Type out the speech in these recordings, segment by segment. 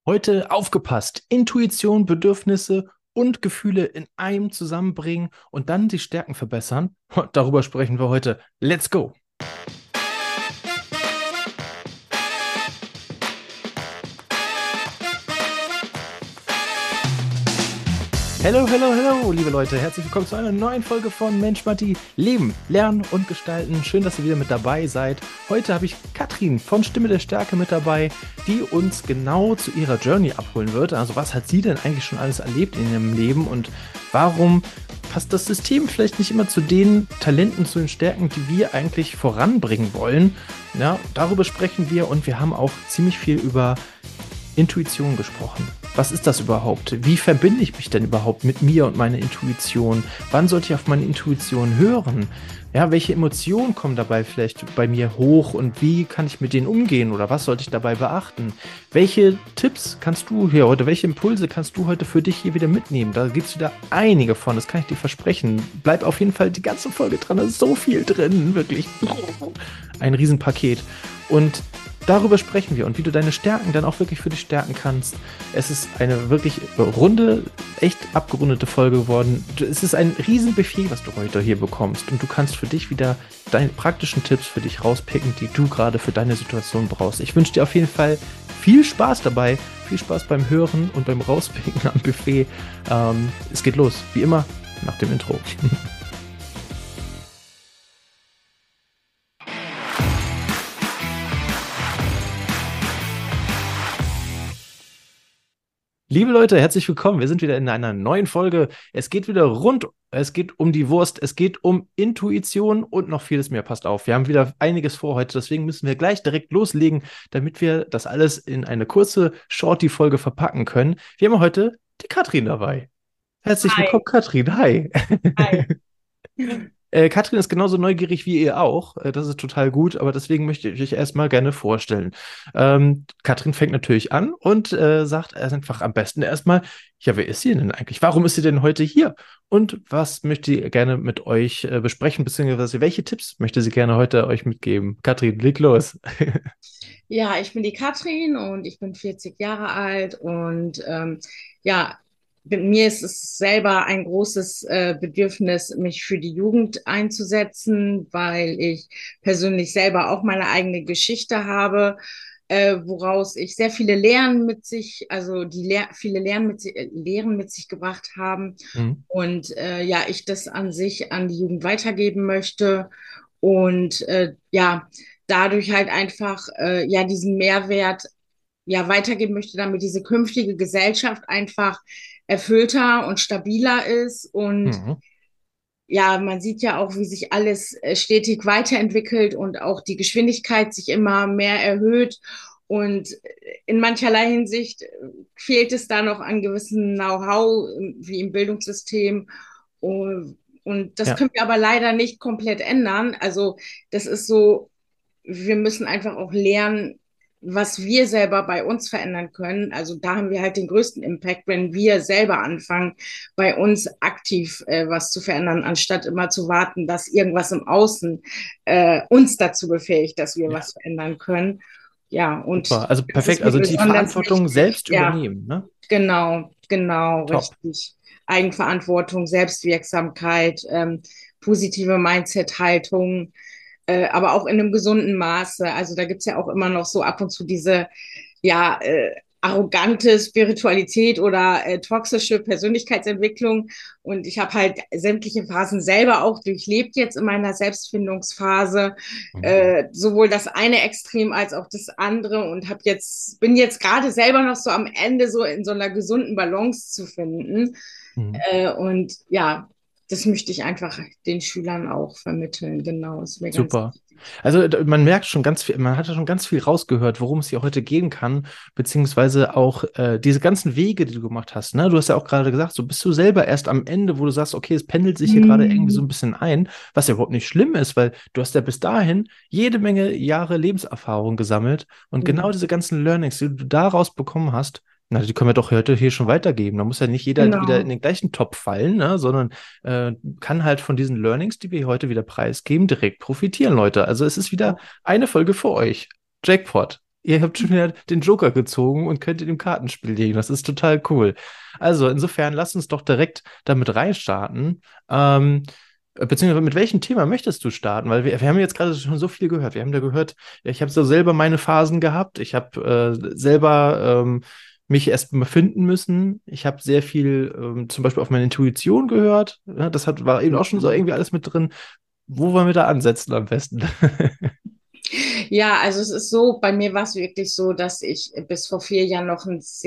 Heute aufgepasst, Intuition, Bedürfnisse und Gefühle in einem zusammenbringen und dann die Stärken verbessern. Darüber sprechen wir heute. Let's go! Hello, hello, hello, liebe Leute. Herzlich willkommen zu einer neuen Folge von Mensch Matti. Leben, Lernen und Gestalten. Schön, dass ihr wieder mit dabei seid. Heute habe ich Katrin von Stimme der Stärke mit dabei, die uns genau zu ihrer Journey abholen wird. Also was hat sie denn eigentlich schon alles erlebt in ihrem Leben und warum passt das System vielleicht nicht immer zu den Talenten, zu den Stärken, die wir eigentlich voranbringen wollen? Ja, darüber sprechen wir und wir haben auch ziemlich viel über Intuition gesprochen. Was ist das überhaupt? Wie verbinde ich mich denn überhaupt mit mir und meiner Intuition? Wann sollte ich auf meine Intuition hören? Ja, welche Emotionen kommen dabei vielleicht bei mir hoch und wie kann ich mit denen umgehen oder was sollte ich dabei beachten? Welche Tipps kannst du hier heute, welche Impulse kannst du heute für dich hier wieder mitnehmen? Da gibt es wieder einige von, das kann ich dir versprechen. Bleib auf jeden Fall die ganze Folge dran, da ist so viel drin, wirklich. Ein Riesenpaket. Und darüber sprechen wir und wie du deine Stärken dann auch wirklich für dich stärken kannst. Es ist eine wirklich runde, echt abgerundete Folge geworden. Es ist ein Riesenbuffet, was du heute hier bekommst. Und du kannst für dich wieder deine praktischen Tipps für dich rauspicken, die du gerade für deine Situation brauchst. Ich wünsche dir auf jeden Fall viel Spaß dabei. Viel Spaß beim Hören und beim Rauspicken am Buffet. Es geht los, wie immer, nach dem Intro. Liebe Leute, herzlich willkommen. Wir sind wieder in einer neuen Folge. Es geht wieder rund, es geht um die Wurst, es geht um Intuition und noch vieles mehr. Passt auf, wir haben wieder einiges vor heute, deswegen müssen wir gleich direkt loslegen, damit wir das alles in eine kurze Shorty-Folge verpacken können. Wir haben heute die Katrin dabei. Herzlich Hi. willkommen, Katrin. Hi. Hi. Katrin ist genauso neugierig wie ihr auch. Das ist total gut, aber deswegen möchte ich euch erstmal gerne vorstellen. Katrin fängt natürlich an und sagt einfach am besten erstmal, ja, wer ist sie denn eigentlich? Warum ist sie denn heute hier? Und was möchte sie gerne mit euch besprechen, beziehungsweise welche Tipps möchte sie gerne heute euch mitgeben? Katrin, leg los. Ja, ich bin die Katrin und ich bin 40 Jahre alt und ja, mit mir ist es selber ein großes Bedürfnis, mich für die Jugend einzusetzen, weil ich persönlich selber auch meine eigene Geschichte habe, woraus ich sehr viele Lehren mit sich, also die viele Lehren mit sich gebracht haben Mhm. und ja, ich das an sich an die Jugend weitergeben möchte und ja, dadurch halt einfach ja diesen Mehrwert ja weitergeben möchte, damit diese künftige Gesellschaft einfach erfüllter und stabiler ist. Und Mhm. ja, man sieht ja auch, wie sich alles stetig weiterentwickelt und auch die Geschwindigkeit sich immer mehr erhöht. Und in mancherlei Hinsicht fehlt es da noch an gewissen Know-how, wie im Bildungssystem. Und das Ja. können wir aber leider nicht komplett ändern. Also das ist so, wir müssen einfach auch lernen, was wir selber bei uns verändern können. Also da haben wir halt den größten Impact, wenn wir selber anfangen, bei uns aktiv was zu verändern, anstatt immer zu warten, dass irgendwas im Außen uns dazu befähigt, dass wir Ja, was verändern können. Ja, und super. Also das ist perfekt. mir Also die besonders Verantwortung wichtig. selbst Ja, übernehmen, ne? genau, genau, Top. richtig. Eigenverantwortung, Selbstwirksamkeit, positive Mindset-Haltung, aber auch in einem gesunden Maße. Also da gibt's ja auch immer noch so ab und zu diese, ja, arrogante Spiritualität oder toxische Persönlichkeitsentwicklung. Und ich habe halt sämtliche Phasen selber auch durchlebt jetzt in meiner Selbstfindungsphase, Mhm. sowohl das eine Extrem als auch das andere und bin jetzt gerade selber noch so am Ende so in so einer gesunden Balance zu finden. Mhm. Und ja, das möchte ich einfach den Schülern auch vermitteln. Genau, ist mir ganz Super. wichtig. Also man merkt schon ganz viel, man hat ja schon ganz viel rausgehört, worum es hier heute gehen kann, beziehungsweise auch diese ganzen Wege, die du gemacht hast. Ne? Du hast ja auch gerade gesagt, so bist du selber erst am Ende, wo du sagst, okay, es pendelt sich hier gerade irgendwie so Mhm. ein bisschen ein, was ja überhaupt nicht schlimm ist, weil du hast ja bis dahin jede Menge Jahre Lebenserfahrung gesammelt und genau diese ganzen Learnings, die du daraus bekommen hast, na, die können wir doch heute hier schon weitergeben. Da muss ja nicht jeder wieder in Genau. den gleichen Topf fallen, ne? Sondern kann halt von diesen Learnings, die wir heute wieder preisgeben, direkt profitieren, Leute. Also es ist wieder eine Folge für euch. Jackpot. ihr habt schon wieder den Joker gezogen und könnt in dem Kartenspiel liegen. Das ist total cool. Also insofern, lasst uns doch direkt damit reinstarten. Beziehungsweise mit welchem Thema möchtest du starten? Weil wir haben jetzt gerade schon so viel gehört. Wir haben da gehört, ja, ich habe so selber meine Phasen gehabt. Ich habe selber mich erst mal finden müssen. Ich habe sehr viel zum Beispiel auf meine Intuition gehört. Ja, war eben auch schon so irgendwie alles mit drin. Wo wollen wir da ansetzen am besten? Ja, also es ist so, bei mir war es wirklich so, dass ich bis vor 4 Jahren noch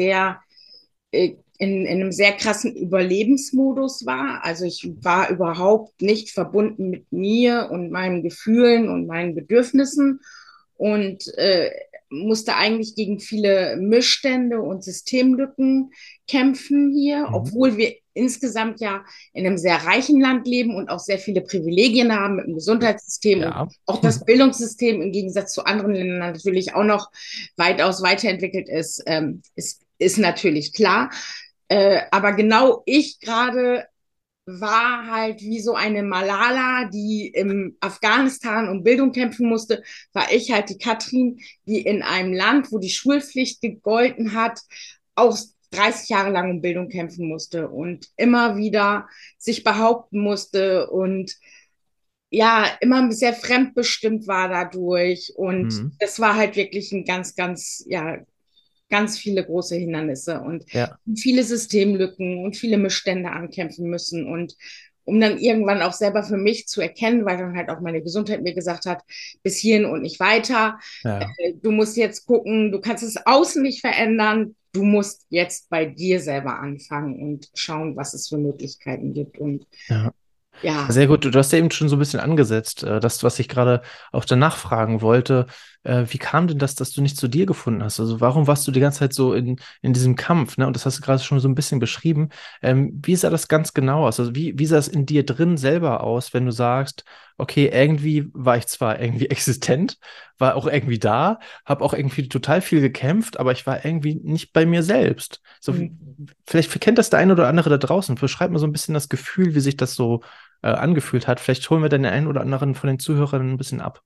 in einem sehr krassen Überlebensmodus war. Also ich war überhaupt nicht verbunden mit mir und meinen Gefühlen und meinen Bedürfnissen und musste eigentlich gegen viele Missstände und Systemlücken kämpfen hier, Mhm. obwohl wir insgesamt ja in einem sehr reichen Land leben und auch sehr viele Privilegien haben mit dem Gesundheitssystem und Ja. auch das Bildungssystem im Gegensatz zu anderen Ländern natürlich auch noch weitaus weiterentwickelt ist natürlich klar. Aber genau ich gerade war halt wie so eine Malala, die im Afghanistan um Bildung kämpfen musste, war ich halt die Katrin, die in einem Land, wo die Schulpflicht gegolten hat, auch 30 Jahre lang um Bildung kämpfen musste und immer wieder sich behaupten musste und ja, immer sehr fremdbestimmt war dadurch. Und Mhm. das war halt wirklich ein ja, ganz viele große Hindernisse und Ja. viele Systemlücken und viele Missstände ankämpfen müssen. Und um dann irgendwann auch selber für mich zu erkennen, weil dann halt auch meine Gesundheit mir gesagt hat, bis hierhin und nicht weiter. Ja. Du musst jetzt gucken, du kannst es außen nicht verändern. Du musst jetzt bei dir selber anfangen und schauen, was es für Möglichkeiten gibt. Und Ja. ja, Sehr gut, du hast ja eben schon so ein bisschen angesetzt, das, was ich gerade auch danach fragen wollte. Wie kam denn das, dass du nicht zu dir gefunden hast? Also warum warst du die ganze Zeit so in diesem Kampf, ne? Und das hast du gerade schon so ein bisschen beschrieben. Wie sah das ganz genau aus? Also wie sah es in dir drin selber aus, wenn du sagst, okay, irgendwie war ich zwar irgendwie existent, war auch irgendwie da, habe auch irgendwie total viel gekämpft, aber ich war irgendwie nicht bei mir selbst. So, vielleicht kennt das der eine oder andere da draußen. Beschreib mal so ein bisschen das Gefühl, wie sich das so angefühlt hat. Vielleicht holen wir dann den einen oder anderen von den Zuhörern ein bisschen ab.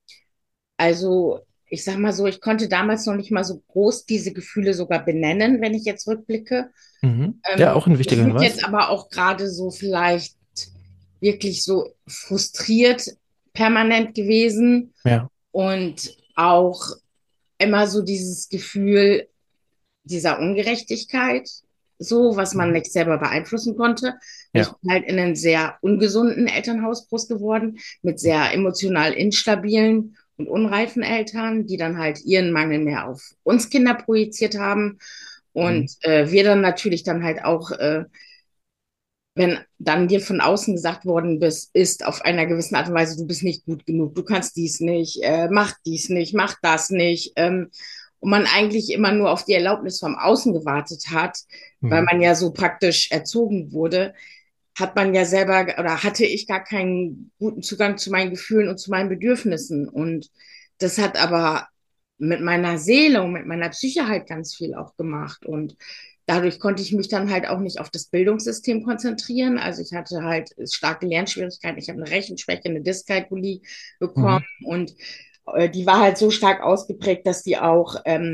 also ich sag mal so, ich konnte damals noch nicht mal so groß diese Gefühle sogar benennen, wenn ich jetzt rückblicke. Mhm. Ja, auch ein Ich wichtiger würde Hinweis. jetzt aber auch gerade so vielleicht wirklich so frustriert permanent gewesen Ja. und auch immer so dieses Gefühl dieser Ungerechtigkeit, so was man Mhm. nicht selber beeinflussen konnte. Ich Ja. bin halt in einem sehr ungesunden Elternhaus groß geworden, mit sehr emotional instabilen und unreifen Eltern, die dann halt ihren Mangel mehr auf uns Kinder projiziert haben. Mhm. Und wir dann natürlich dann halt auch wenn dann dir von außen gesagt worden ist auf einer gewissen Art und Weise, du bist nicht gut genug, du kannst dies nicht, mach das nicht. Und man eigentlich immer nur auf die Erlaubnis vom Außen gewartet hat, weil Mhm. man ja so praktisch erzogen wurde, hat man ja selber oder hatte ich gar keinen guten Zugang zu meinen Gefühlen und zu meinen Bedürfnissen. Und das hat aber mit meiner Seele und mit meiner Psyche halt ganz viel auch gemacht. Und dadurch konnte ich mich dann halt auch nicht auf das Bildungssystem konzentrieren. Also ich hatte halt starke Lernschwierigkeiten. Ich habe eine Rechenschwäche, eine Dyskalkulie bekommen Mhm. und die war halt so stark ausgeprägt, dass die auch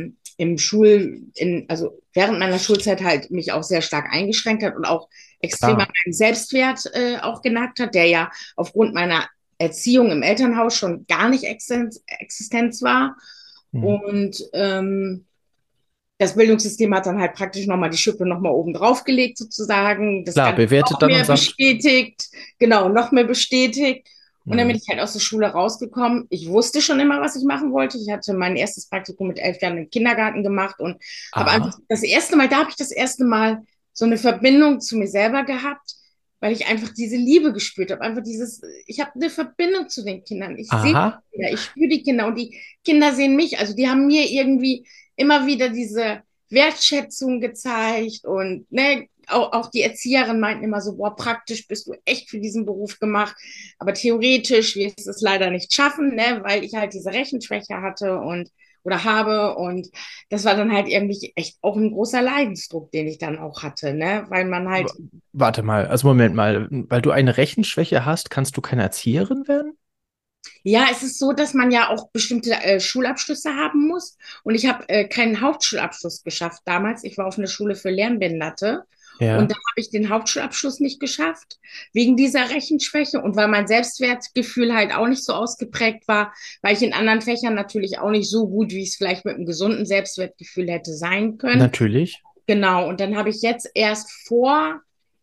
also während meiner Schulzeit halt mich auch sehr stark eingeschränkt hat und auch extrem an Klar. meinen Selbstwert auch genagt hat, der ja aufgrund meiner Erziehung im Elternhaus schon gar nicht Existenz war. Mhm. Und das Bildungssystem hat dann halt praktisch nochmal die Schippe nochmal oben drauf gelegt, sozusagen, das Klar, Ganze bewertet noch dann und mehr sagt, bestätigt, genau, noch mehr bestätigt. Und dann bin mhm. ich halt aus der Schule rausgekommen. Ich wusste schon immer, was ich machen wollte. Ich hatte mein erstes Praktikum mit 11 Jahren im Kindergarten gemacht und habe einfach Aha. da habe ich das erste Mal so eine Verbindung zu mir selber gehabt, weil ich einfach diese Liebe gespürt habe. Ich habe eine Verbindung zu den Kindern. Ich sehe Aha. die Kinder, ich spüre die Kinder und die Kinder sehen mich. Also die haben mir irgendwie immer wieder diese Wertschätzung gezeigt und ne, auch die Erzieherin meinten immer so, boah, praktisch bist du echt für diesen Beruf gemacht, aber theoretisch wirst du es leider nicht schaffen, ne, weil ich halt diese Rechenschwäche hatte und oder habe und das war dann halt irgendwie echt auch ein großer Leidensdruck, den ich dann auch hatte, ne, weil man W- halt Warte mal, also Moment mal, weil du eine Rechenschwäche hast, kannst du keine Erzieherin werden? Ja, es ist so, dass man ja auch bestimmte Schulabschlüsse haben muss. Und ich habe keinen Hauptschulabschluss geschafft damals. Ich war auf einer Schule für Lernbehinderte. Und da Ja, habe ich den Hauptschulabschluss nicht geschafft, wegen dieser Rechenschwäche und weil mein Selbstwertgefühl halt auch nicht so ausgeprägt war, weil ich in anderen Fächern natürlich auch nicht so gut, wie ich es vielleicht mit einem gesunden Selbstwertgefühl hätte sein können. natürlich. Genau, und dann habe ich jetzt erst vor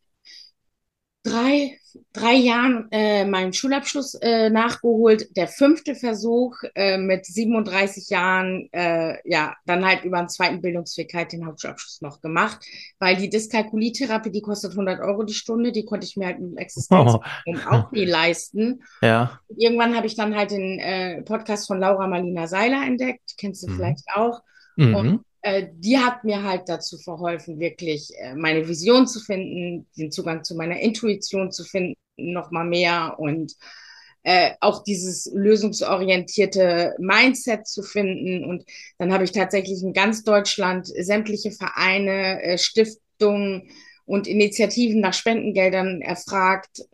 drei, drei Jahren meinen Schulabschluss nachgeholt. Der fünfte Versuch mit 37 Jahren, ja, dann halt über einen zweiten Bildungsweg halt den Hauptschulabschluss noch gemacht, weil die Dyskalkulietherapie, die kostet 100 € die Stunde, die konnte ich mir halt mit dem Oh. Existenzminimum auch nie leisten. Ja. Irgendwann habe ich dann halt den Podcast von Laura Marlina Seiler entdeckt, kennst du Mhm. vielleicht auch. Und Mhm. die hat mir halt dazu verholfen, wirklich meine Vision zu finden, den Zugang zu meiner Intuition zu finden, nochmal mehr und auch dieses lösungsorientierte Mindset zu finden. Und dann habe ich tatsächlich in ganz Deutschland sämtliche Vereine, Stiftungen und Initiativen nach Spendengeldern erfragt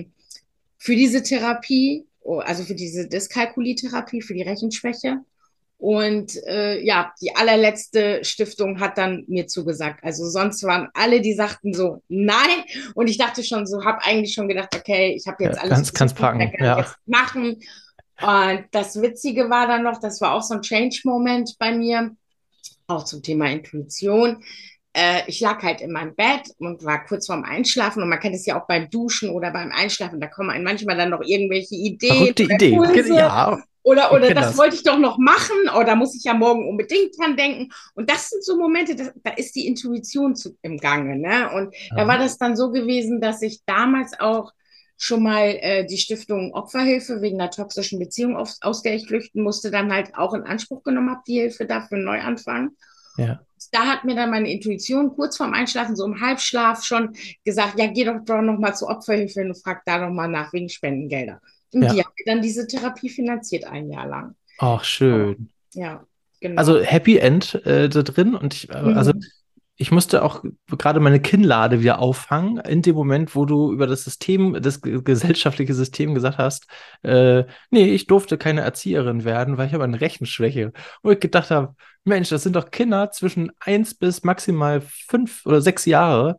für diese Therapie, also für diese Dyskalkulietherapie, für die Rechenschwäche. Und ja, die allerletzte Stiftung hat dann mir zugesagt. Also sonst waren alle, die sagten so, nein. Und ich dachte schon so, habe eigentlich schon gedacht, okay, ich habe Ja, jetzt alles kannst versucht, da packen, kann ich ja. jetzt machen. Und das Witzige war dann noch, das war auch so ein Change-Moment bei mir, auch zum Thema Intuition. Ich lag halt in meinem Bett und war kurz vorm Einschlafen und man kennt es ja auch beim Duschen oder beim Einschlafen, da kommen einem manchmal dann noch irgendwelche Ideen Verrückte oder Idee. Impulse Ja, ich oder kenne das das. wollte ich doch noch machen oder muss ich ja morgen unbedingt dran denken. Und das sind so Momente, da ist die Intuition im Gange. Ne? Und da war Ja. das dann so gewesen, dass ich damals auch schon mal die Stiftung Opferhilfe wegen einer toxischen Beziehung, aus der ich flüchten musste, dann halt auch in Anspruch genommen habe, die Hilfe dafür einen Neuanfang. Ja. Da hat mir dann meine Intuition kurz vorm Einschlafen, so im Halbschlaf schon gesagt, ja, geh doch noch mal zur Opferhilfe und frag da noch mal nach wegen Spendengelder. Und die Ja. hat mir dann diese Therapie finanziert ein Jahr lang. Ach, schön. Ja, Also genau. Happy End da drin und also Mhm. ich musste auch gerade meine Kinnlade wieder auffangen, in dem Moment, wo du über das System, das gesellschaftliche System gesagt hast, nee, ich durfte keine Erzieherin werden, weil ich habe eine Rechenschwäche. Und ich gedacht habe, Mensch, das sind doch Kinder zwischen 1 bis maximal 5 oder 6 Jahre,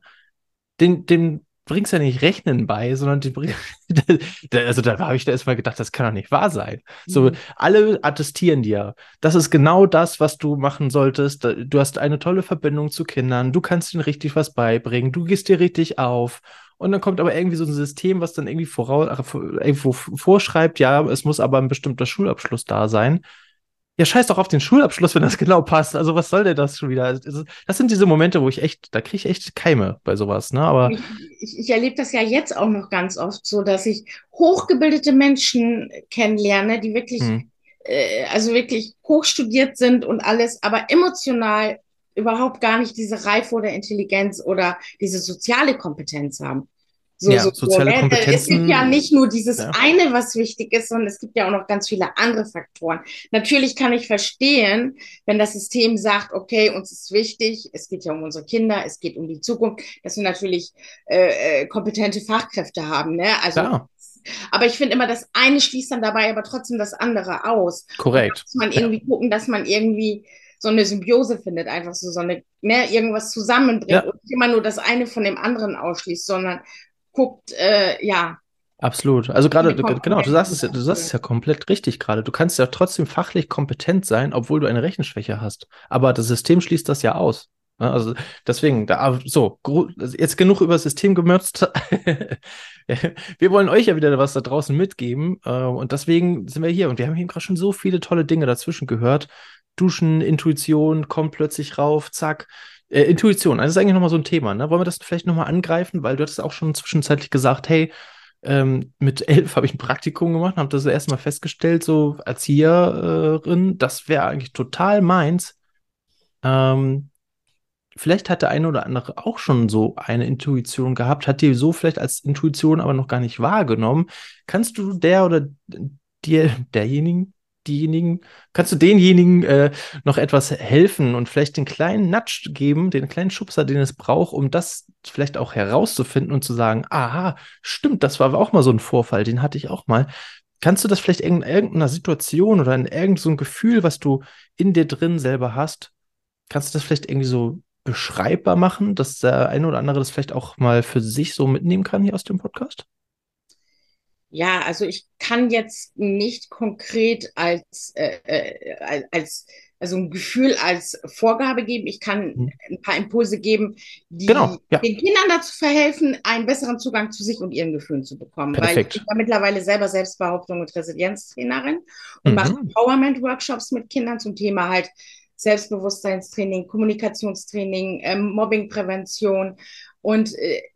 den bringst du ja nicht Rechnen bei, sondern den bringst, also da habe ich da erstmal gedacht, das kann doch nicht wahr sein. So, Mhm. alle attestieren dir, das ist genau das, was du machen solltest. Du hast eine tolle Verbindung zu Kindern, du kannst ihnen richtig was beibringen, du gehst dir richtig auf. Und dann kommt aber irgendwie so ein System, was dann irgendwie irgendwo vorschreibt, ja, es muss aber ein bestimmter Schulabschluss da sein. Ja, scheiß doch auf den Schulabschluss, wenn das genau passt. Also, was soll denn das schon wieder? Das sind diese Momente, wo ich echt, da kriege ich echt Keime bei sowas, ne? Aber, Ich erlebe das ja jetzt auch noch ganz oft so, dass ich hochgebildete Menschen kennenlerne, die wirklich, hm, also wirklich hochstudiert sind und alles, aber emotional überhaupt gar nicht diese Reife oder Intelligenz oder diese soziale Kompetenz haben. ja, soziale Ne? Es gibt ja Kompetenzen, nicht nur dieses ja, eine, was wichtig ist, sondern es gibt ja auch noch ganz viele andere Faktoren. Natürlich kann ich verstehen, wenn das System sagt, okay, uns ist wichtig, es geht ja um unsere Kinder, es geht um die Zukunft, dass wir natürlich kompetente Fachkräfte haben. Ne? Also, klar, aber ich finde immer, das eine schließt dann dabei aber trotzdem das andere aus. Und da korrekt. muss man Ja, irgendwie gucken, dass man irgendwie so eine Symbiose findet, einfach so eine, ne, irgendwas zusammenbringt ja, und nicht immer nur das eine von dem anderen ausschließt, sondern guckt, ja, absolut. Also gerade, eine genau, Komponenten du sagst es ja dafür. komplett richtig gerade. Du kannst ja trotzdem fachlich kompetent sein, obwohl du eine Rechenschwäche hast. Aber das System schließt das ja aus. Ne? Also deswegen, jetzt genug über das System gemürzt. Wir wollen euch ja wieder was da draußen mitgeben. Und deswegen sind wir hier. Und wir haben eben gerade schon so viele tolle Dinge dazwischen gehört. Duschen, Intuition, kommt plötzlich rauf, zack. Intuition, also das ist eigentlich nochmal so ein Thema, ne? Wollen wir das vielleicht nochmal angreifen? Weil du hattest auch schon zwischenzeitlich gesagt, hey, mit 11 habe ich ein Praktikum gemacht, habe das erstmal festgestellt, so Erzieherin, das wäre eigentlich total meins. Ähm, Vielleicht hat der eine oder andere auch schon so eine Intuition gehabt, hat die so vielleicht als Intuition aber noch gar nicht wahrgenommen. Kannst du der oder diejenigen, kannst du denjenigen noch etwas helfen und vielleicht den kleinen Nudge geben, den kleinen Schubser, den es braucht, um das vielleicht auch herauszufinden und zu sagen, aha, stimmt, das war auch mal so ein Vorfall, den hatte ich auch mal. Kannst du das vielleicht in irgendeiner Situation oder in irgendein so ein Gefühl, was du in dir drin selber hast, kannst du das vielleicht irgendwie so beschreibbar machen, dass der eine oder andere das vielleicht auch mal für sich so mitnehmen kann hier aus dem Podcast? Ja, also ich kann jetzt nicht konkret also ein Gefühl als Vorgabe geben. Ich kann Mhm. ein paar Impulse geben, Genau, die ja, den Kindern dazu verhelfen, einen besseren Zugang zu sich und ihren Gefühlen zu bekommen. Weil ich bin perfekt. ja mittlerweile selber Selbstbehauptung und Resilienztrainerin und mache Mhm. Empowerment-Workshops mit Kindern zum Thema halt Selbstbewusstseinstraining, Kommunikationstraining, Mobbingprävention und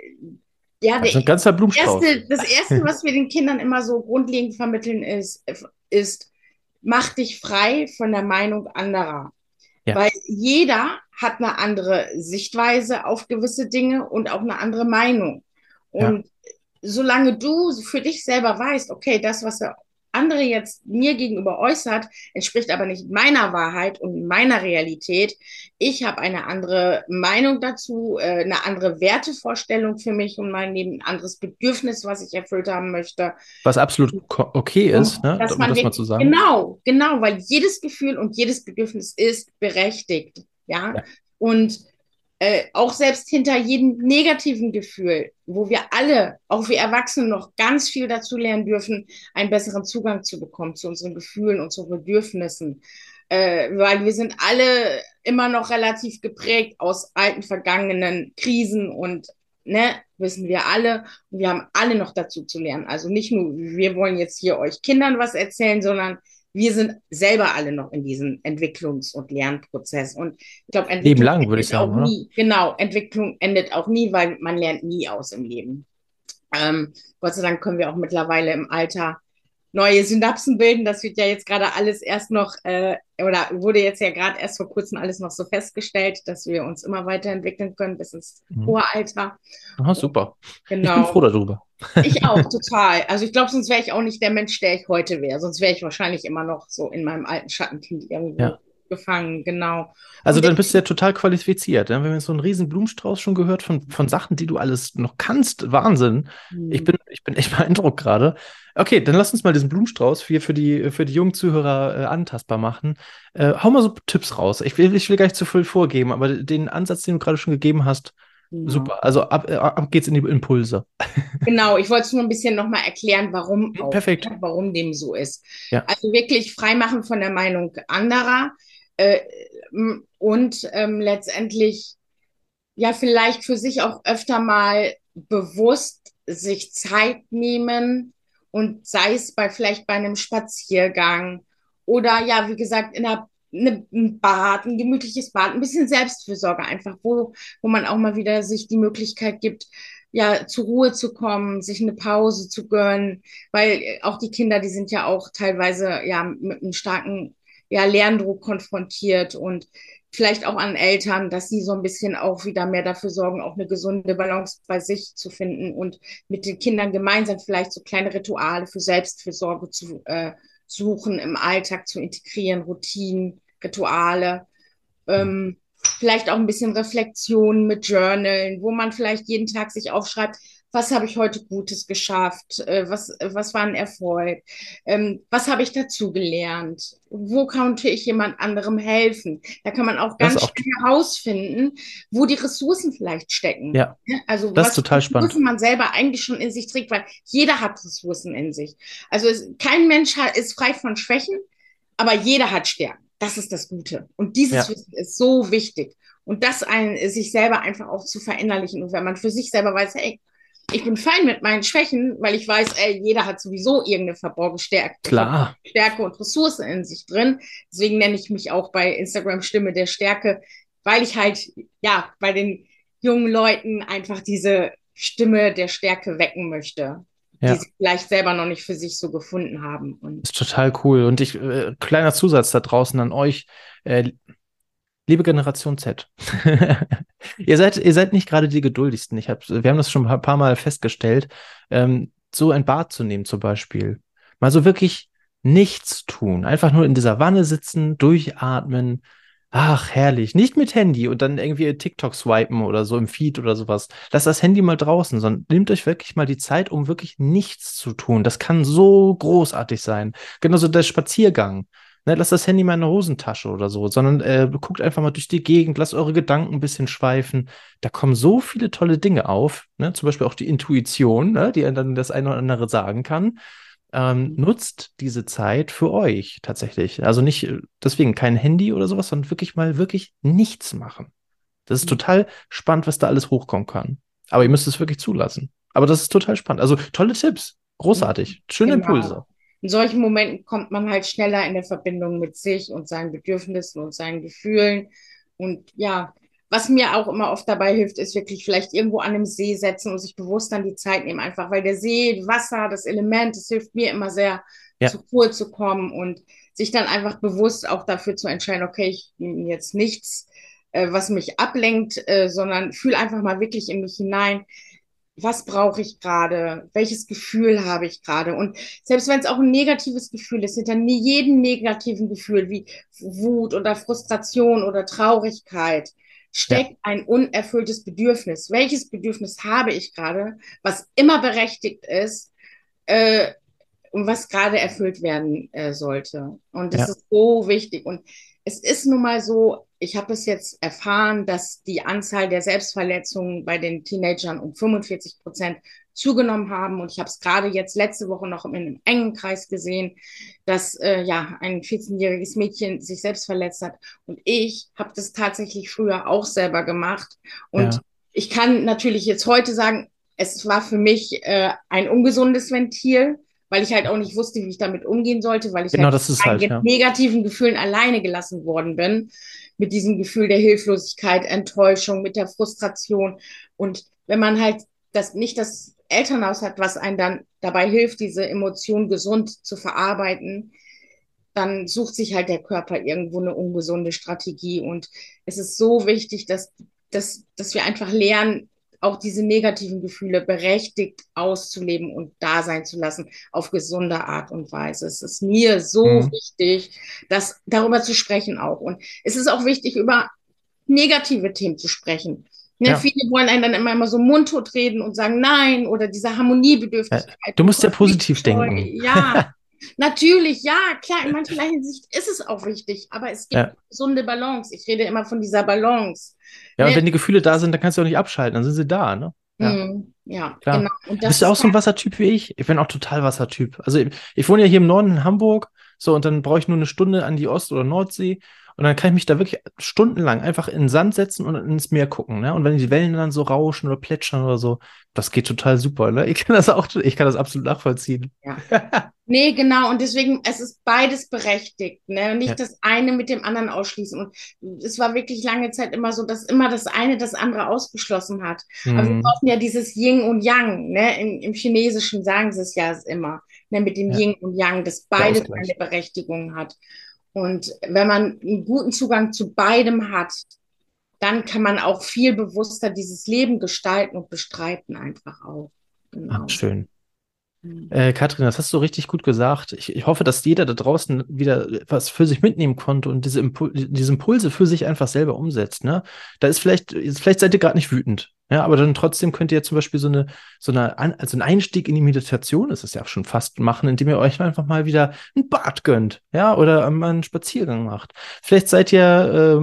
ja, Also ein ganzer Blumenstrauß. das erste, was wir den Kindern immer so grundlegend vermitteln, ist, mach dich frei von der Meinung anderer. Ja, Weil jeder hat eine andere Sichtweise auf gewisse Dinge und auch eine andere Meinung. ja. Und solange du für dich selber weißt, okay, das, was der andere jetzt mir gegenüber äußert, entspricht aber nicht meiner Wahrheit und meiner Realität. Ich habe eine andere Meinung dazu, eine andere Wertevorstellung für mich und mein Leben, ein anderes Bedürfnis, was ich erfüllt haben möchte. Was absolut okay ist, Und ne, dass um man das mal zu wirklich, sagen. genau, weil jedes Gefühl und jedes Bedürfnis ist berechtigt, ja. Ja. Und auch selbst hinter jedem negativen Gefühl, wo wir alle, auch wir Erwachsene, noch ganz viel dazu lernen dürfen, einen besseren Zugang zu bekommen zu unseren Gefühlen und zu Bedürfnissen. Weil wir sind alle immer noch relativ geprägt aus alten, vergangenen Krisen und ne, wissen wir alle. Und wir haben alle noch dazu zu lernen. Also nicht nur, wir wollen jetzt hier euch Kindern was erzählen, sondern wir sind selber alle noch in diesem Entwicklungs- und Lernprozess. Und ich glaube, Leben Entwicklung lang, würde ich endet auch sagen, oder? nie. Genau, Entwicklung endet auch nie, weil man lernt nie aus im Leben. Gott sei Dank können wir auch mittlerweile im Alter neue Synapsen bilden. Das wird ja jetzt gerade alles erst noch, oder wurde jetzt ja gerade erst vor kurzem alles noch so festgestellt, dass wir uns immer weiterentwickeln können bis ins Mhm. hohe Alter. Aha, super. Ich bin froh Genau. darüber. Ich auch, total. Also ich glaube, sonst wäre ich auch nicht der Mensch, der ich heute wäre. Sonst wäre ich wahrscheinlich immer noch so in meinem alten Schattenkind irgendwo Ja. gefangen. Genau. Also Und dann bist du ja total qualifiziert. Ne? Wir haben jetzt so einen riesen Blumenstrauß schon gehört von Sachen, die du alles noch kannst. Wahnsinn. Ich bin echt beeindruckt gerade. Okay, dann lass uns mal diesen Blumenstrauß für die jungen Zuhörer antastbar machen. Hau mal so Tipps raus. Ich will gar nicht zu viel vorgeben, aber den Ansatz, den du gerade schon gegeben hast, genau. super. Also ab geht's in die Impulse. Genau, ich wollte es nur ein bisschen nochmal erklären, warum Hm, auch, perfekt. ja, warum dem so ist. Ja. Also wirklich freimachen von der Meinung anderer äh, und letztendlich ja vielleicht für sich auch öfter mal bewusst sich Zeit nehmen und sei es vielleicht bei einem Spaziergang oder ja, wie gesagt, ein Bad, ein gemütliches Bad, ein bisschen Selbstfürsorge einfach, wo man auch mal wieder sich die Möglichkeit gibt, ja, zur Ruhe zu kommen, sich eine Pause zu gönnen, weil auch die Kinder, die sind ja auch teilweise ja mit einem starken ja, Lerndruck konfrontiert und vielleicht auch an Eltern, dass sie so ein bisschen auch wieder mehr dafür sorgen, auch eine gesunde Balance bei sich zu finden und mit den Kindern gemeinsam vielleicht so kleine Rituale für Selbstfürsorge zu suchen, im Alltag zu integrieren, Routinen, Rituale. Vielleicht auch ein bisschen Reflexion mit Journalen, wo man vielleicht jeden Tag sich aufschreibt, was habe ich heute Gutes geschafft, was war ein Erfolg, was habe ich dazu gelernt, wo konnte ich jemand anderem helfen. Da kann man auch Das ist ganz auch, schnell herausfinden, wo die Ressourcen vielleicht stecken. ja, Ja, also das ist was für total spannend. Ressourcen man selber eigentlich schon in sich trägt, weil jeder hat Ressourcen in sich. Also kein Mensch ist frei von Schwächen, aber jeder hat Stärken. Das ist das Gute. Und dieses Ja. Wissen ist so wichtig. Und das sich selber einfach auch zu verinnerlichen. Und wenn man für sich selber weiß, hey, ich bin fein mit meinen Schwächen, weil ich weiß, ey, jeder hat sowieso irgendeine Klar. Stärke und Ressource in sich drin. Deswegen nenne ich mich auch bei Instagram Stimme der Stärke, weil ich halt, ja, bei den jungen Leuten einfach diese Stimme der Stärke wecken möchte, die Ja. sie vielleicht selber noch nicht für sich so gefunden haben. Und Ist total cool. Und kleiner Zusatz da draußen an euch, äh, liebe Generation Z. Ihr seid nicht gerade die geduldigsten. Wir haben das schon ein paar Mal festgestellt. So ein Bad zu nehmen zum Beispiel. Mal so wirklich nichts tun. Einfach nur in dieser Wanne sitzen, durchatmen, Ach, herrlich. Nicht mit Handy und dann irgendwie TikTok swipen oder so im Feed oder sowas. Lasst das Handy mal draußen, sondern nehmt euch wirklich mal die Zeit, um wirklich nichts zu tun. Das kann so großartig sein. Genauso der Spaziergang. Ne, lasst das Handy mal in der Hosentasche oder so, sondern guckt einfach mal durch die Gegend, lasst eure Gedanken ein bisschen schweifen. Da kommen so viele tolle Dinge auf, ne? Zum Beispiel auch die Intuition, ne? Die einem dann das eine oder andere sagen kann. Nutzt diese Zeit für euch tatsächlich. Also nicht deswegen kein Handy oder sowas, sondern wirklich mal wirklich nichts machen. Das ist total spannend, was da alles hochkommen kann. Aber ihr müsst es wirklich zulassen. Aber das ist total spannend. Also tolle Tipps. Großartig. Schöne Impulse. Genau. In solchen Momenten kommt man halt schneller in der Verbindung mit sich und seinen Bedürfnissen und seinen Gefühlen. Und ja, was mir auch immer oft dabei hilft, ist wirklich vielleicht irgendwo an einem See setzen und sich bewusst dann die Zeit nehmen, einfach weil der See, Wasser, das Element, das hilft mir immer sehr, Ja, zur Ruhe zu kommen und sich dann einfach bewusst auch dafür zu entscheiden, okay, ich nehme jetzt nichts, was mich ablenkt, sondern fühle einfach mal wirklich in mich hinein, was brauche ich gerade, welches Gefühl habe ich gerade. Und selbst wenn es auch ein negatives Gefühl ist, hinter jedem negativen Gefühl wie Wut oder Frustration oder Traurigkeit ja. steckt ein unerfülltes Bedürfnis. Welches Bedürfnis habe ich gerade, was immer berechtigt ist, äh, und was gerade erfüllt werden sollte. Und das Ja. ist so wichtig. Und es ist nun mal so, ich habe es jetzt erfahren, dass die Anzahl der Selbstverletzungen bei den Teenagern um 45% zugenommen haben. Und ich habe es gerade jetzt letzte Woche noch in einem engen Kreis gesehen, dass ja ein 14-jähriges Mädchen sich selbst verletzt hat. Und ich habe das tatsächlich früher auch selber gemacht. Und Ja. ich kann natürlich jetzt heute sagen, es war für mich ein ungesundes Ventil, weil ich halt auch nicht wusste, wie ich damit umgehen sollte, weil ich Genau, halt das ist halt, mit ja. negativen Gefühlen alleine gelassen worden bin, mit diesem Gefühl der Hilflosigkeit, Enttäuschung, mit der Frustration. Und wenn man halt nicht das Elternhaus hat, was einen dann dabei hilft, diese Emotionen gesund zu verarbeiten, dann sucht sich halt der Körper irgendwo eine ungesunde Strategie. Und es ist so wichtig, dass wir einfach lernen, auch diese negativen Gefühle berechtigt auszuleben und da sein zu lassen, auf gesunde Art und Weise. Es ist mir so Mhm. wichtig, darüber zu sprechen auch. Und es ist auch wichtig, über negative Themen zu sprechen. Ne, Ja. viele wollen einen dann immer so mundtot reden und sagen Nein oder diese Harmoniebedürftigkeit Du und musst ja positiv Konfliktscheu. denken. Ja, natürlich, ja, klar, in mancherlei Hinsicht ist es auch wichtig, aber es gibt Ja. gesunde Balance. Ich rede immer von dieser Balance. Ja, und Ne? wenn die Gefühle da sind, dann kannst du auch nicht abschalten, dann sind sie da, ne? Ja. Ja, genau. Klar. Und Bist das du auch ist so ein halt, Wassertyp wie ich? Ich bin auch total Wassertyp. Also ich wohne ja hier im Norden in Hamburg, so und dann brauche ich nur eine Stunde an die Ost- oder Nordsee und dann kann ich mich da wirklich stundenlang einfach in den Sand setzen und ins Meer gucken, ne? Und wenn die Wellen dann so rauschen oder plätschern oder so, das geht total super, ne? Ich kann das absolut nachvollziehen. ja. Nee, genau. Und deswegen, es ist beides berechtigt, ne? Ja. Nicht das eine mit dem anderen ausschließen. Und es war wirklich lange Zeit immer so, dass immer das eine das andere ausgeschlossen hat. Aber wir Mhm. brauchen ja dieses Yin und Yang, ne? Im Chinesischen sagen sie es ja immer, ne? Mit dem Ja. Yin und Yang, dass Der beides eine Ausgleich. Berechtigung hat. Und wenn man einen guten Zugang zu beidem hat, dann kann man auch viel bewusster dieses Leben gestalten und bestreiten einfach auch. Ah, Genau. schön. Katrin, das hast du richtig gut gesagt. Ich hoffe, dass jeder da draußen wieder was für sich mitnehmen konnte und diese Impulse für sich einfach selber umsetzt. Ne? Da ist vielleicht seid ihr gerade nicht wütend, ja, aber dann trotzdem könnt ihr zum Beispiel also ein Einstieg in die Meditation ist es ja auch schon fast machen, indem ihr euch einfach mal wieder ein Bad gönnt, ja, oder mal einen Spaziergang macht. Vielleicht seid ihr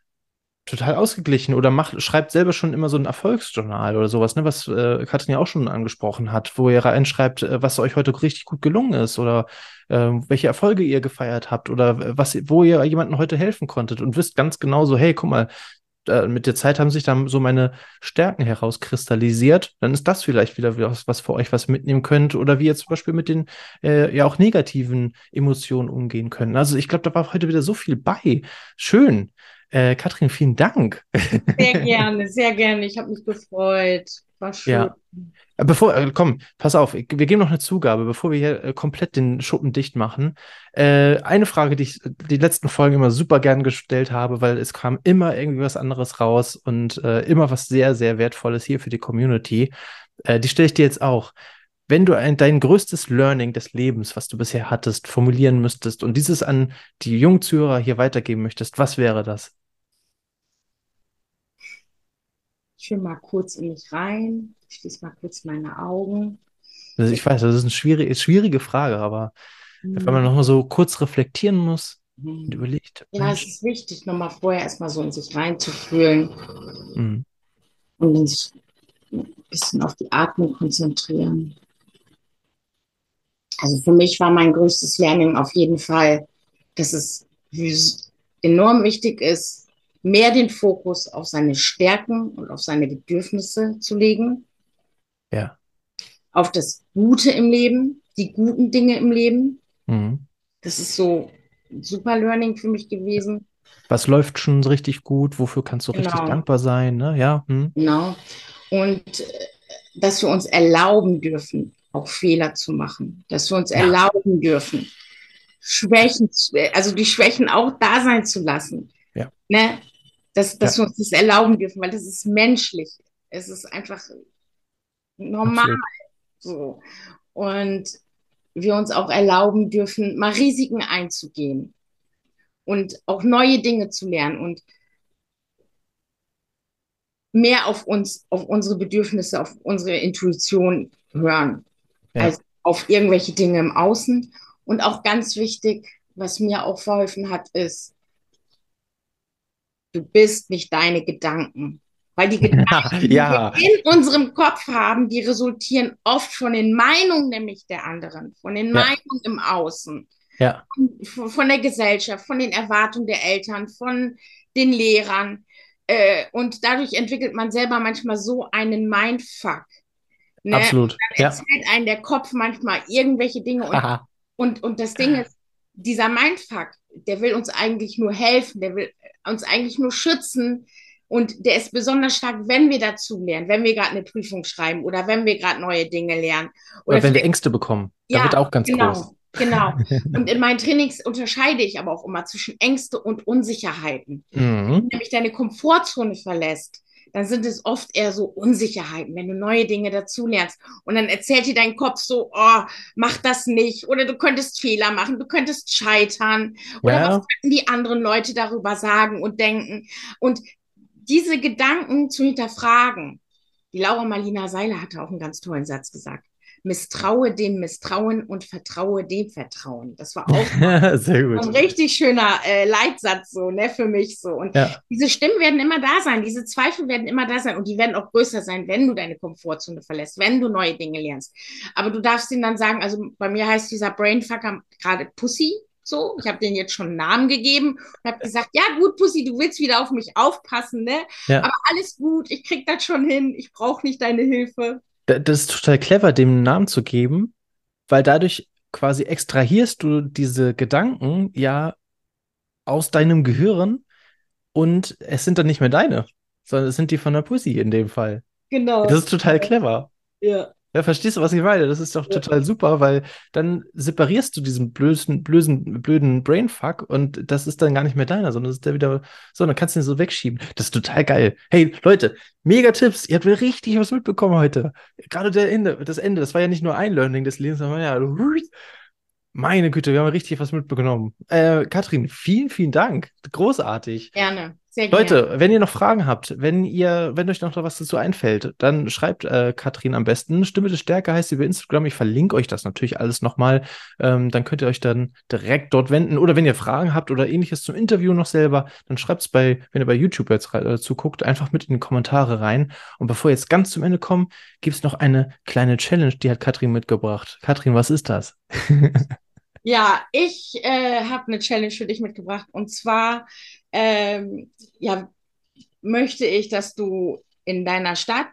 total ausgeglichen oder schreibt selber schon immer so ein Erfolgsjournal oder sowas, ne, was Katrin ja auch schon angesprochen hat, wo ihr reinschreibt, was euch heute richtig gut gelungen ist oder welche Erfolge ihr gefeiert habt oder wo ihr jemandem heute helfen konntet und wisst ganz genau so, hey, guck mal, mit der Zeit haben sich dann so meine Stärken herauskristallisiert, dann ist das vielleicht wieder was für euch, was ihr mitnehmen könnt oder wie ihr zum Beispiel mit den ja auch negativen Emotionen umgehen könnt. Also ich glaube, da war heute wieder so viel bei. Schön. Katrin, vielen Dank. Sehr gerne, sehr gerne. Ich habe mich gefreut. War schön. Ja. Komm, pass auf, wir geben noch eine Zugabe, bevor wir hier komplett den Schuppen dicht machen. Eine Frage, die ich die letzten Folgen immer super gern gestellt habe, weil es kam immer irgendwie was anderes raus und immer was sehr, sehr Wertvolles hier für die Community. Die stelle ich dir jetzt auch. wenn du dein größtes Learning des Lebens, was du bisher hattest, formulieren müsstest und dieses an die jungen Zuhörer hier weitergeben möchtest, was wäre das? Ich will mal kurz in mich rein. Ich schließe mal kurz meine Augen. Also ich weiß, das ist eine schwierige Frage, aber wenn man nochmal so kurz reflektieren muss und überlegt, Ja, es Mensch, ist wichtig, nochmal vorher erstmal so in sich reinzufühlen hm, und sich ein bisschen auf die Atmung konzentrieren. Also für mich war mein größtes Learning auf jeden Fall, dass es enorm wichtig ist, mehr den Fokus auf seine Stärken und auf seine Bedürfnisse zu legen, ja, auf das Gute im Leben, die guten Dinge im Leben. hm, Das ist so ein super Learning für mich gewesen. was läuft schon so richtig gut, wofür kannst du richtig Genau, dankbar sein, ne? Ja, genau. Und dass wir uns erlauben dürfen, auch Fehler zu machen, dass wir uns ja, erlauben dürfen, Schwächen, also die Schwächen auch da sein zu lassen. ja, Ne? Dass ja, wir uns das erlauben dürfen, weil das ist menschlich. Es ist einfach normal absolut. so. Und wir uns auch erlauben dürfen, mal Risiken einzugehen und auch neue Dinge zu lernen und mehr auf uns, auf unsere Bedürfnisse, auf unsere Intuition hören, Ja. als auf irgendwelche Dinge im Außen. Und auch ganz wichtig, was mir auch verholfen hat, ist, du bist nicht deine Gedanken. Weil die Gedanken, die wir Ja, in unserem Kopf haben, die resultieren oft von den Meinungen nämlich der anderen, von den ja, Meinungen im Außen, ja, von der Gesellschaft, von den Erwartungen der Eltern, von den Lehrern. Und dadurch entwickelt man selber manchmal so einen Mindfuck. Ne? absolut. Dann Ja. erzählt einen der Kopf manchmal irgendwelche Dinge Haha. und das Ding ist, dieser Mindfuck, der will uns eigentlich nur helfen, der will uns eigentlich nur schützen und der ist besonders stark, wenn wir dazu lernen, wenn wir gerade eine Prüfung schreiben oder wenn wir gerade neue Dinge lernen oder Oder wenn wir vielleicht, Ängste bekommen, da wird ja, er auch ganz groß. genau, genau. Und in meinen Trainings unterscheide ich aber auch immer zwischen Ängste und Unsicherheiten. Wenn du Mhm. nämlich deine Komfortzone verlässt, dann sind es oft eher so Unsicherheiten, wenn du neue Dinge dazulernst. Und dann erzählt dir dein Kopf so, oh, mach das nicht. Oder du könntest Fehler machen, du könntest scheitern. Oder was Ja, könnten die anderen Leute darüber sagen und denken? Und diese Gedanken zu hinterfragen. Die Laura Marlina Seiler hatte auch einen ganz tollen Satz gesagt. Misstraue dem Misstrauen und vertraue dem Vertrauen. Das war auch sehr gut. ein richtig schöner Leitsatz so, ne, für mich so. Und Ja, diese Stimmen werden immer da sein, diese Zweifel werden immer da sein und die werden auch größer sein, wenn du deine Komfortzone verlässt, wenn du neue Dinge lernst. Aber du darfst ihnen dann sagen, also bei mir heißt dieser Brainfucker gerade Pussy. So, ich habe denen jetzt schon einen Namen gegeben und habe gesagt, ja gut, Pussy, du willst wieder auf mich aufpassen, ne? ja. Aber alles gut, ich krieg das schon hin, ich brauche nicht deine Hilfe. Das ist total clever, dem einen Namen zu geben, weil dadurch quasi extrahierst du diese Gedanken ja aus deinem Gehirn und es sind dann nicht mehr deine, sondern es sind die von der Pussy in dem Fall. Das Genau. ist total clever. Ja. Ja, verstehst du, was ich meine? Das ist doch Ja. total super, weil dann separierst du diesen blöden Brainfuck und das ist dann gar nicht mehr deiner, sondern das ist der wieder so, dann kannst du ihn so wegschieben. Das ist total geil. Hey, Leute, mega Tipps. Ihr habt richtig was mitbekommen heute. Gerade das Ende, das war ja nicht nur ein Learning des Lebens, sondern ja, meine Güte, wir haben richtig was mitbekommen. Katrin, vielen, vielen Dank. Großartig. Gerne, sehr gerne. Leute, wenn ihr noch Fragen habt, wenn euch noch was dazu einfällt, dann schreibt Katrin am besten. Stimme der Stärke heißt sie über Instagram. Ich verlinke euch das natürlich alles nochmal. Dann könnt ihr euch dann direkt dort wenden. Oder wenn ihr Fragen habt oder ähnliches zum Interview noch selber, dann schreibt es wenn ihr bei YouTube jetzt zuguckt, einfach mit in die Kommentare rein. Und bevor wir jetzt ganz zum Ende kommen, gibt es noch eine kleine Challenge, die hat Katrin mitgebracht. Katrin, was ist das? Ja, ich habe eine Challenge für dich mitgebracht. Und zwar ja, möchte ich, dass du in deiner Stadt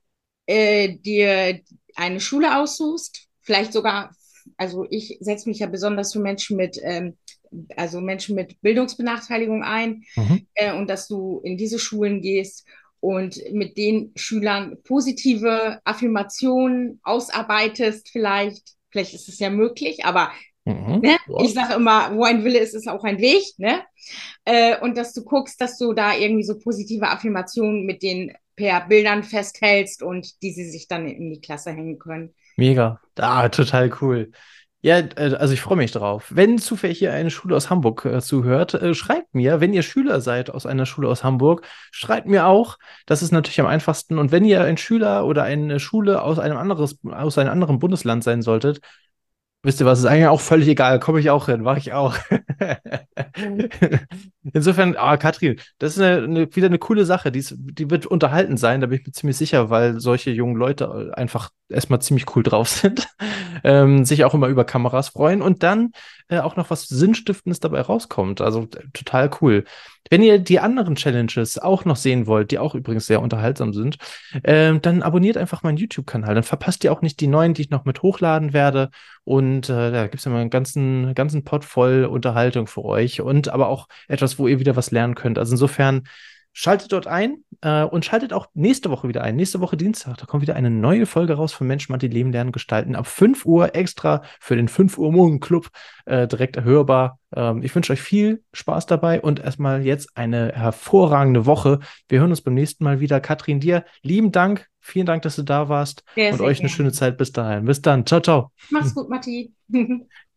dir eine Schule aussuchst. Vielleicht sogar, also ich setze mich ja besonders für Menschen also Menschen mit Bildungsbenachteiligung ein Mhm. und dass du in diese Schulen gehst und mit den Schülern positive Affirmationen ausarbeitest. Vielleicht ist es ja möglich, aber Mhm. ne? Ja. Ich sage immer, wo ein Wille ist, ist auch ein Weg. Ne? Und dass du guckst, dass du da irgendwie so positive Affirmationen mit denen per Bildern festhältst und die sie sich dann in die Klasse hängen können. Mega. Total cool. Ja, also ich freue mich drauf. Wenn zufällig hier eine Schule aus Hamburg zuhört, schreibt mir, wenn ihr Schüler seid aus einer Schule aus Hamburg, schreibt mir auch. Das ist natürlich am einfachsten. Und wenn ihr ein Schüler oder eine Schule aus einem anderen Bundesland sein solltet, wisst ihr was, ist eigentlich auch völlig egal, komme ich auch hin, mache ich auch. Insofern, Katrin, das ist wieder eine coole Sache. Die wird unterhaltend sein, da bin ich mir ziemlich sicher, weil solche jungen Leute einfach erstmal ziemlich cool drauf sind, sich auch immer über Kameras freuen und dann auch noch was Sinnstiftendes dabei rauskommt. Also total cool. Wenn ihr die anderen Challenges auch noch sehen wollt, die auch übrigens sehr unterhaltsam sind, dann abonniert einfach meinen YouTube-Kanal. Dann verpasst ihr auch nicht die neuen, die ich noch mit hochladen werde. Und da gibt es immer einen ganzen Pot voll Unterhaltung für euch und aber auch etwas, wo ihr wieder was lernen könnt. Also insofern schaltet dort ein und schaltet auch nächste Woche wieder ein. Nächste Woche Dienstag, da kommt wieder eine neue Folge raus von Mensch, Mathe, Leben, Lernen, Gestalten. Ab 5 Uhr extra für den 5 Uhr Morgen Club direkt hörbar. Ich wünsche euch viel Spaß dabei und erstmal jetzt eine hervorragende Woche. Wir hören uns beim nächsten Mal wieder. Katrin, dir lieben Dank. Vielen Dank, dass du da warst Sehr, und sehr euch eine schöne gerne. Zeit bis dahin. Bis dann. Ciao, ciao. Mach's gut, Matti.